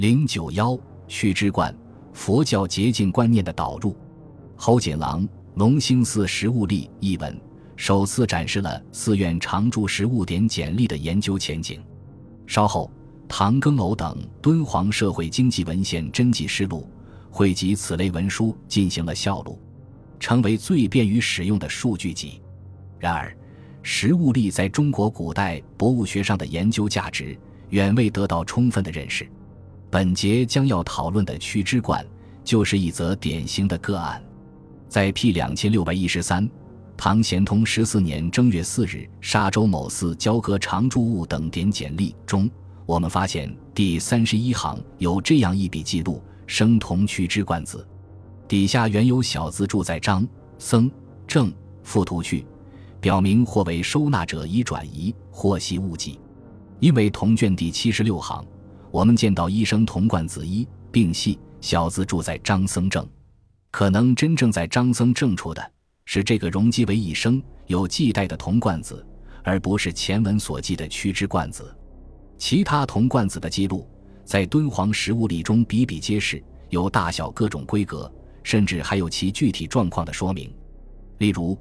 091须知观，佛教洁净观念的导入。侯锦郎《龙兴寺实务例》一文首次展示了寺院常住实务典简历的研究前景。稍后，唐庚偶等敦煌社会经济文献真迹实录汇集此类文书进行了校录，成为最便于使用的数据集。然而，实务例在中国古代博物学上的研究价值远未得到充分的认识。本节将要讨论的须知观就是一则典型的个案。在 P2613 唐咸通14年正月4日沙州某寺交割常住物等典简历中，我们发现第31行有这样一笔记录：生同须知观字，底下原有小字注在张、僧、正、附图去，表明或为收纳者已转移，或系误记。因为同卷第76行我们见到一生同观子一并系小字注在张僧正，可能真正在张僧正处的是这个容积为一生有记带的同观子，而不是前文所记的须知观子。其他同观子的记录在敦煌实物例中比比皆是，有大小各种规格，甚至还有其具体状况的说明。例如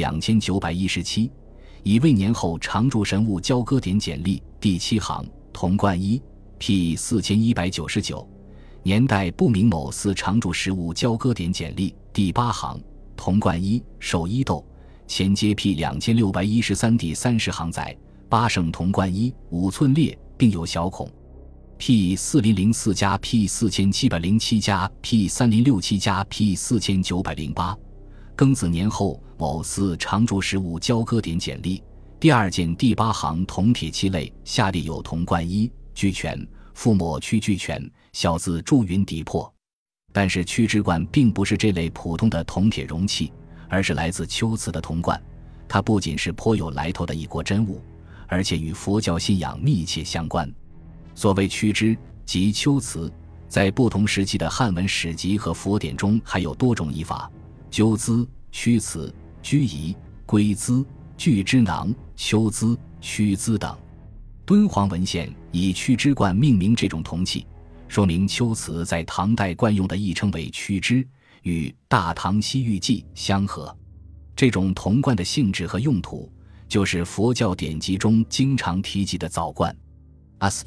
P2917 乙未年后常住神物交割典简历第7行同观一 P4199 年代不明某寺常住实物交割典简历第8行同观一寿一斗前接 P2613 第30行载八圣同观一5寸列并有小孔 P4004 加 P4707 加 P3067 加 P4908 庚子年后某寺常住实物交割典简历第2件第8行铜铁器类下列有铜冠一俱全覆抹区俱全小字注云底破。但是须知观并不是这类普通的铜铁容器，而是来自龟兹的铜冠，它不仅是颇有来头的一国珍物，而且与佛教信仰密切相关。所谓须知即龟兹，在不同时期的汉文史籍和佛典中还有多种译法，鸠兹、须兹、居夷、龟兹、巨之囊、龟兹、须兹等。敦煌文献以须知观命名这种铜器，说明龟兹在唐代惯用的译称为须知，与《大唐西域记》相合。这种铜冠的性质和用途，就是佛教典籍中经常提及的枣冠。AS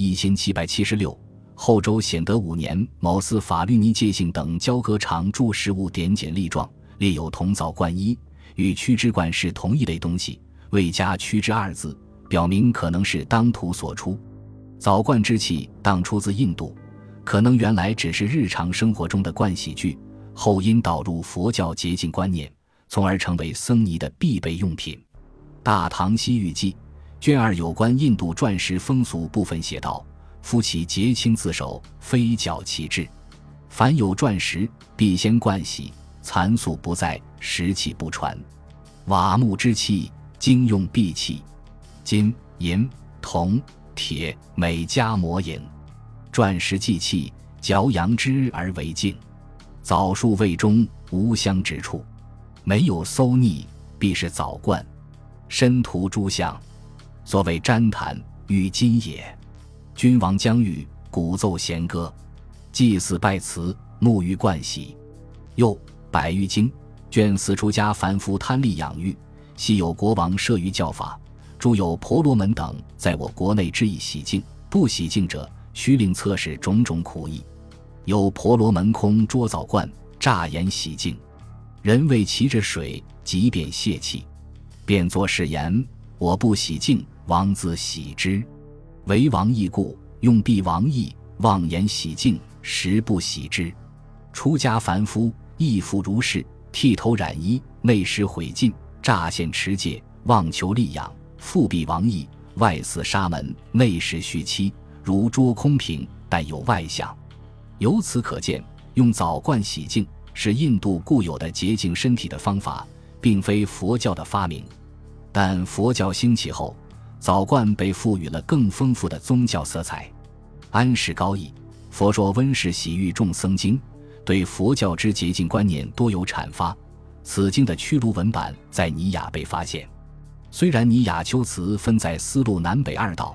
1776后周显德5年某寺法律尼戒性等交割常住实物典简历状列有铜枣冠一，与须知观是同一类东西，未加须知二字，表明可能是当涂所出。枣冠之器当出自印度，可能原来只是日常生活中的盥洗具，后因导入佛教洁净观念，从而成为僧尼的必备用品。《大唐西域记》卷2有关印度篆石风俗部分写道：夫其洁清自守，非矫其制。凡有篆石，必先盥洗，残素不在，石器不传。瓦木之器，经用必器，金、银、铜、铁每加磨影。篆石祭器，嚼扬之而为净。枣树味中无香之处，没有馊腻，必是枣冠。身涂诸相，所谓旃檀玉金也。君王将遇，鼓奏弦歌，祭祀拜祠，沐浴盥洗。又百喻经卷4出家凡夫贪利养育，昔有国王设于教法，诸有婆罗门等在我国内之以洗净，不洗净者须令测试种种苦役。有婆罗门空捉枣冠，乍言洗净，人为骑着水，即便泄气，便作誓言：我不洗净，王自洗之。为王亦故，用必王意，妄言洗净，实不洗之。出家凡夫亦复如是，剃头染衣，内施毁尽，乍现持戒，妄求利养，复必王意，外似沙门，内施虚欺，如捉空瓶，但有外相。由此可见，用枣冠洗净是印度固有的洁净身体的方法，并非佛教的发明。但佛教兴起后，枣冠被赋予了更丰富的宗教色彩。安世高译《佛说温室洗浴众僧经》对佛教之洁净观念多有阐发，此经的曲卢文版在尼雅被发现。虽然尼雅秋词分在丝路南北2道，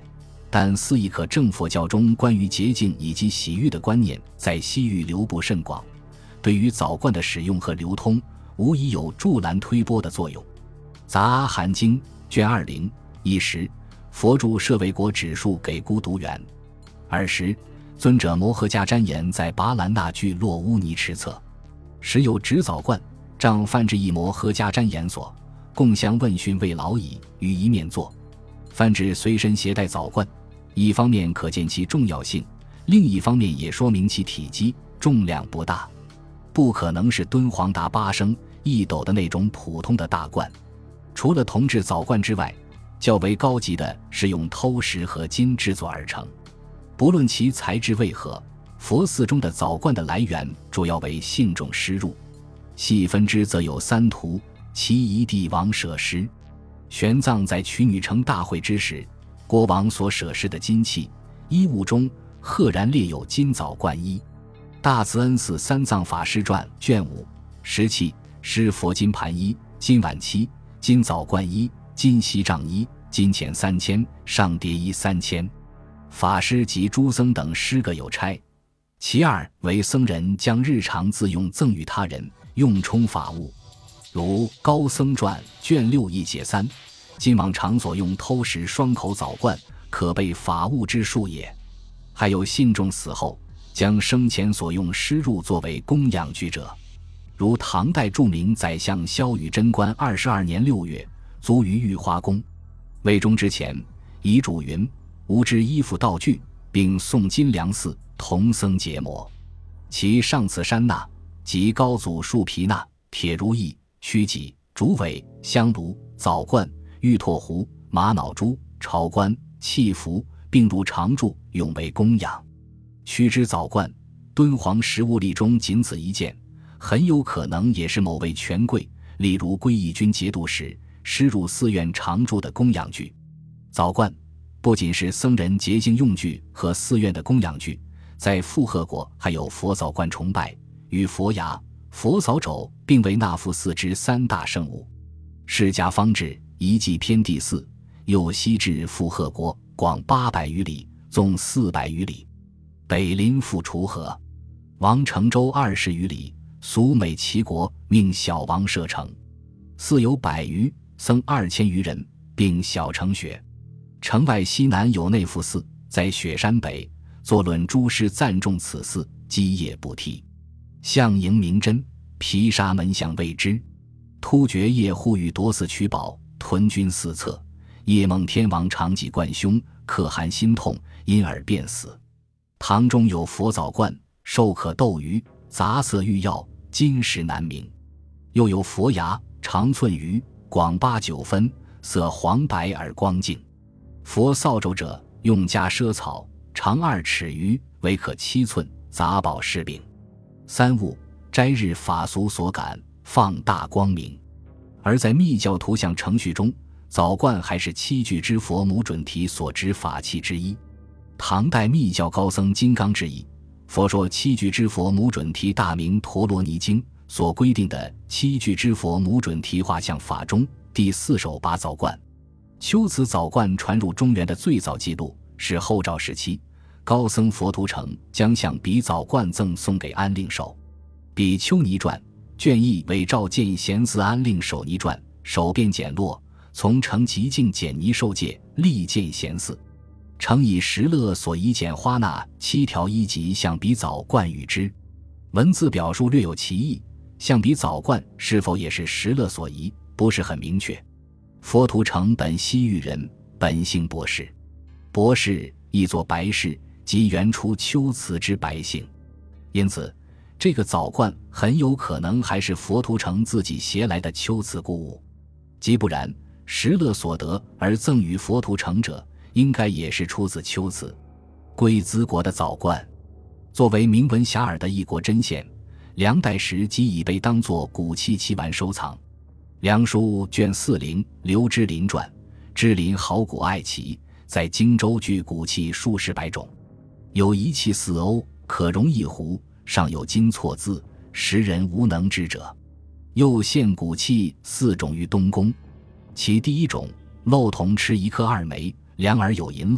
但司亦可证佛教中关于洁净以及洗浴的观念在西域流布甚广，对于澡罐的使用和流通无疑有助澜推波的作用。杂阿含经卷20一时，佛著舍卫国指数给孤独园。尔时，尊者摩诃迦旃延在拔兰那聚落乌尼池侧，时有执澡罐仗梵志一摩诃迦旃延所，共相问讯未老矣，于一面坐。梵志随身携带澡罐，一方面可见其重要性，另一方面也说明其体积重量不大，不可能是敦煌达8升1斗的那种普通的大罐。除了铜制澡罐之外，较为高级的是用偷石和金制作而成。不论其材质为何，佛寺中的澡罐的来源主要为信众施入，细分之则有3图，其一帝王舍施。玄奘在取女成大会之时，国王所舍施的金器衣物中赫然列有金澡罐衣。大慈恩寺三藏法师传卷5石器施佛金盘衣、金碗漆、金澡罐衣、金锡杖衣、金钱3000、上叠衣3000。法师及诸僧等施各有差。其二为僧人将日常自用赠与他人，用充法物，如高僧传卷6一解3，今往常所用偷石双口澡罐，可备法物之数也。还有信众死后将生前所用施入作为供养具者，如唐代著名宰相萧雨贞观22年6月卒于玉花宫。魏忠之前遗嘱云：吾之衣服道具，并送金梁寺同僧结魔。其上次山纳及高祖树皮纳、铁如意、曲脊、竹尾、香炉、澡罐、玉唾壶、玛瑙珠、朝冠、器服，并入常住，用为供养。须知澡罐，敦煌实物例中仅此一件，很有可能也是某位权贵，例如归义军节度使，施入寺院常住的供养具。澡罐不仅是僧人洁净用具和寺院的供养具，在富贺国还有佛澡罐崇拜，与佛牙、佛扫帚并为那富寺之3大圣物。释迦方志遗迹篇第4，右西至富贺国，广800余里，纵400余里，北临富楚河，王城州20余里，俗美齐国，命小王设城。寺有100余，僧2000余人，并小城学。城外西南有内富寺，在雪山北，坐论诸师赞众此寺，基业不替。相迎明真，毗沙门相谓之。突厥夜护欲夺寺取宝，屯军四侧，夜梦天王长戟贯胸，可汗心痛，因而便死。堂中有佛澡罐，兽可斗鱼，杂色玉药，金石难明。又有佛牙，长寸余，广8、9分，色黄白而光净。佛扫帚者，用加赊草，长2尺余，为可7寸，杂宝饰柄。3物斋日法俗所感，放大光明。而在密教图像程序中，澡罐还是七具之佛母准提所执法器之一。唐代密教高僧金刚智译《佛说七具之佛母准提大明陀罗尼经》所规定的七具之佛母准提画像法中第4首把澡罐。秋瓷澡罐传入中原的最早记录是后赵时期，高僧佛图澄将象比澡罐赠送给安令手。比丘尼传卷1为赵建贤寺安令手尼传，手便简落，从成极净简泥受戒，力建贤寺。诚以石勒所遗简花那7条1级象比澡罐与之。文字表述略有歧义，象比澡罐是否也是石勒所遗，不是很明确。佛图澄本西域人，本姓博士，博士亦作白氏，即原出秋瓷之白姓。因此这个澡罐很有可能还是佛图澄自己携来的秋瓷故物，即不然，石勒所得而赠与佛图澄者，应该也是出自秋瓷。龟兹国的澡罐作为名闻遐迩的异国珍献，梁代时即已被当作古器器玩收藏。梁书卷40刘芝林传，芝林好古爱奇，在荆州具古器数十百种，有一器4欧，可容一壶，上有金错字，时人无能知者。又献古器4种于东宫，其第1种漏铜吃1颗2枚，两耳有银漏，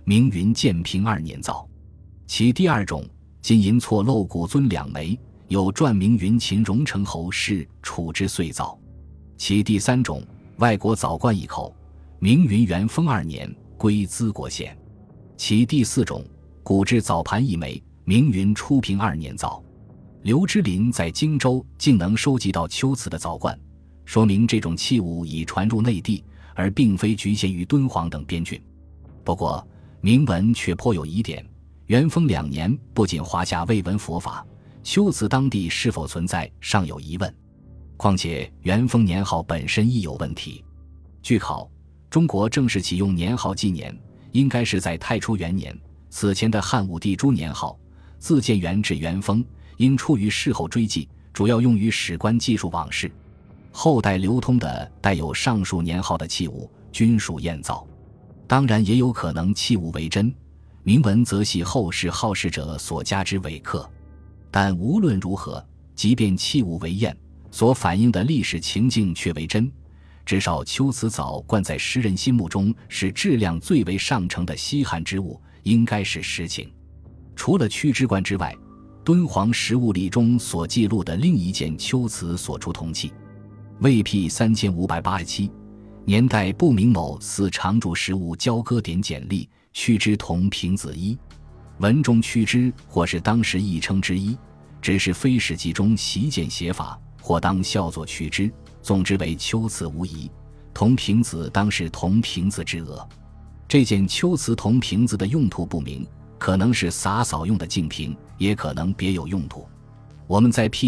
明云建平2年造。其第2种金银错漏古尊2枚，有传明云秦荣成侯氏处之岁造。其第3种外国枣罐1口，明云元丰2年，归淄国县。其第4种古制枣盘1枚，明云初平2年造。刘知霖在荆州竟能收集到秋瓷的枣罐，说明这种器物已传入内地，而并非局限于敦煌等边郡。不过铭文却颇有疑点，元丰2年不仅华夏未闻佛法，秋瓷当地是否存在尚有疑问。况且元丰年号本身亦有问题。据考，中国正式启用年号纪年，应该是在太初元年，此前的汉武帝朱年号自建元至元丰，应出于事后追记，主要用于史官记述往事。后代流通的带有上述年号的器物均属验造，当然也有可能器物为真，铭文则系后世好事者所加之伪刻。但无论如何，即便器物为验，所反映的历史情境却为真，至少秋瓷枣罐在诗人心目中是质量最为上乘的稀罕之物，应该是实情。除了屈之罐之外，敦煌实物里中所记录的另一件秋瓷所出铜器，魏辟3587，年代不明某似常著实物交割点简历，屈之铜瓶子1。文中屈之或是当时译称之一，只是非史记中习见写法，或当校作屈之，总之为秋瓷无疑。铜瓶子当是铜瓶子之额。这件秋瓷铜瓶子的用途不明，可能是洒扫用的净瓶，也可能别有用途。我们在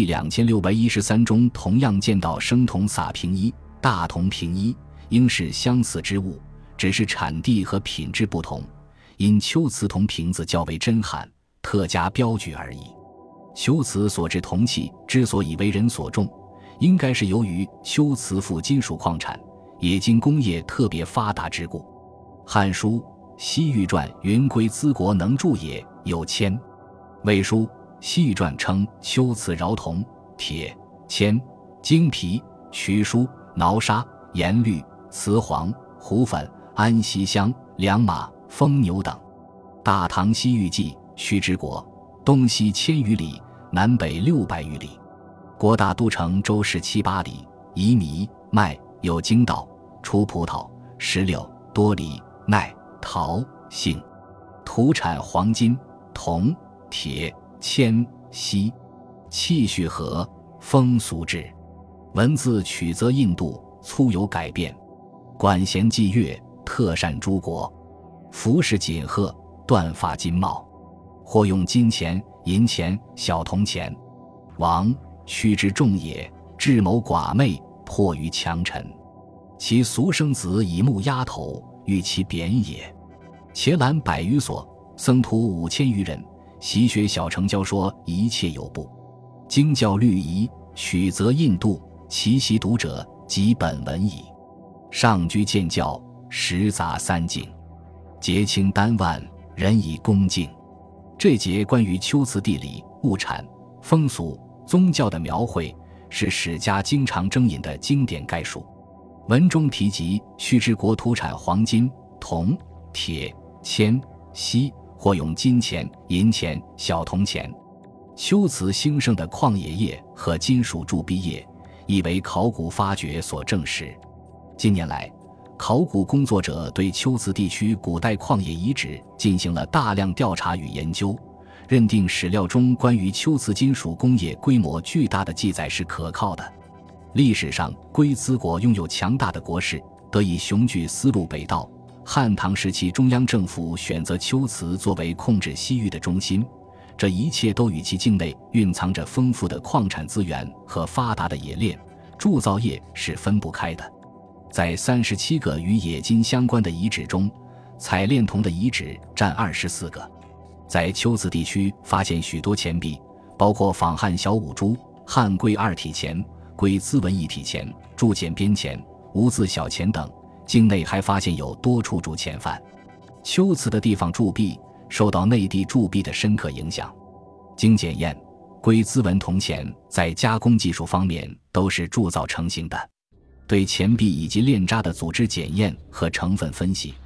P2613 中同样见到生铜洒瓶1、大铜瓶1，应是相似之物，只是产地和品质不同，因秋瓷铜瓶子较为珍罕，特加标举而已。秋瓷所制铜器之所以为人所重，应该是由于秋瓷富金属矿产，冶金工业特别发达之故。汉书西域传云归淄国能铸也，有铅。魏书西域传称秋瓷饶铜、铁、铅、精皮、曲书、挠砂、盐绿、瓷黄、胡粉、安息香、良马、疯牛等。大唐西域记屈之国，东西1000余里，南北600余里，国大都城周氏7、8里，夷糜、麦，有荆道，出葡萄、石榴、多梨、奈、桃、杏，土产黄金、铜、铁、铅、锡，气序和，风俗志。文字曲则印度，粗有改变。管弦祭乐，特善诸国。服饰锦褐，断发金帽，或用金钱、银钱、小铜钱。王屈之众也，智谋寡昧，迫于强臣。其俗生子以木压头，欲其贬也。伽蓝100余所，僧徒5000余人，习学小乘教说，一切有部。经教律仪，曲则印度，其习读者即本文矣。上居见教，实杂3境，节清丹万，人以恭敬。这节关于秋瓷地理、物产、风俗、宗教的描绘，是史家经常征引的经典概述。文中提及屈之国土产黄金、铜、铁、铅、锡，或用金钱、银钱、小铜钱。秋瓷兴盛的矿冶业和金属铸币业，亦为考古发掘所证实。近年来，考古工作者对秋瓷地区古代矿冶遗址进行了大量调查与研究，认定史料中关于秋瓷金属工业规模巨大的记载是可靠的。历史上，龟兹国拥有强大的国势，得以雄踞丝路北道。汉唐时期，中央政府选择秋瓷作为控制西域的中心，这一切都与其境内蕴藏着丰富的矿产资源和发达的冶炼、铸造业是分不开的。在37个与冶金相关的遗址中，采炼铜的遗址占24个。在秋瓷地区发现许多钱币，包括仿汉小五铢、汉龟2体钱、龟兹文1体钱、铸简边钱、无字小钱等。境内还发现有多处铸钱范。秋瓷的地方铸币受到内地铸币的深刻影响。经检验，龟兹文铜钱在加工技术方面都是铸造成型的。对钱币以及炼渣的组织检验和成分分析，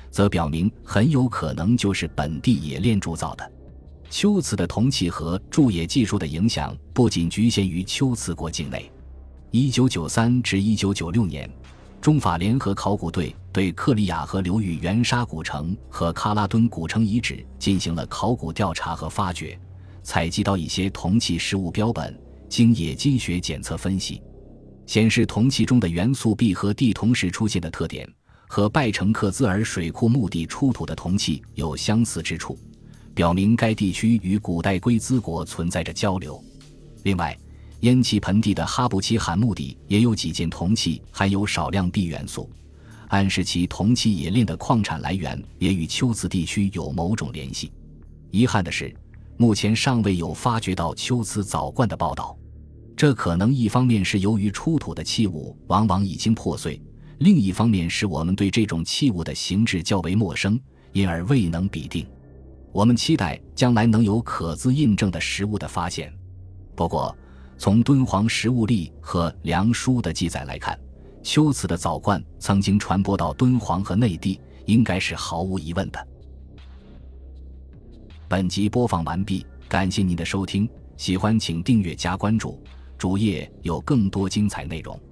则表明很有可能就是本地冶炼铸造的。龟兹的铜器和铸冶技术的影响不仅局限于龟兹国境内。1993至1996年，中法联合考古队对克里亚河流域圆沙古城和喀拉敦古城遗址进行了考古调查和发掘，采集到一些铜器实物标本，经冶金学检测分析，显示铜器中的元素 B 和 D 同时出现的特点和拜城克孜尔水库墓地出土的铜器有相似之处，表明该地区与古代龟兹国存在着交流。另外，烟气盆地的哈布齐罕墓地也有几件铜器含有少量 B 元素，暗示其铜器冶炼的矿产来源也与龟兹地区有某种联系。遗憾的是，目前尚未有发掘到龟兹藻罐的报道，这可能一方面是由于出土的器物往往已经破碎，另一方面是我们对这种器物的形制较为陌生，因而未能比定。我们期待将来能有可资印证的实物的发现。不过，从敦煌实物历和梁书的记载来看，龟兹的藻罐曾经传播到敦煌和内地，应该是毫无疑问的。本集播放完毕，感谢您的收听，喜欢请订阅加关注，主页有更多精彩内容。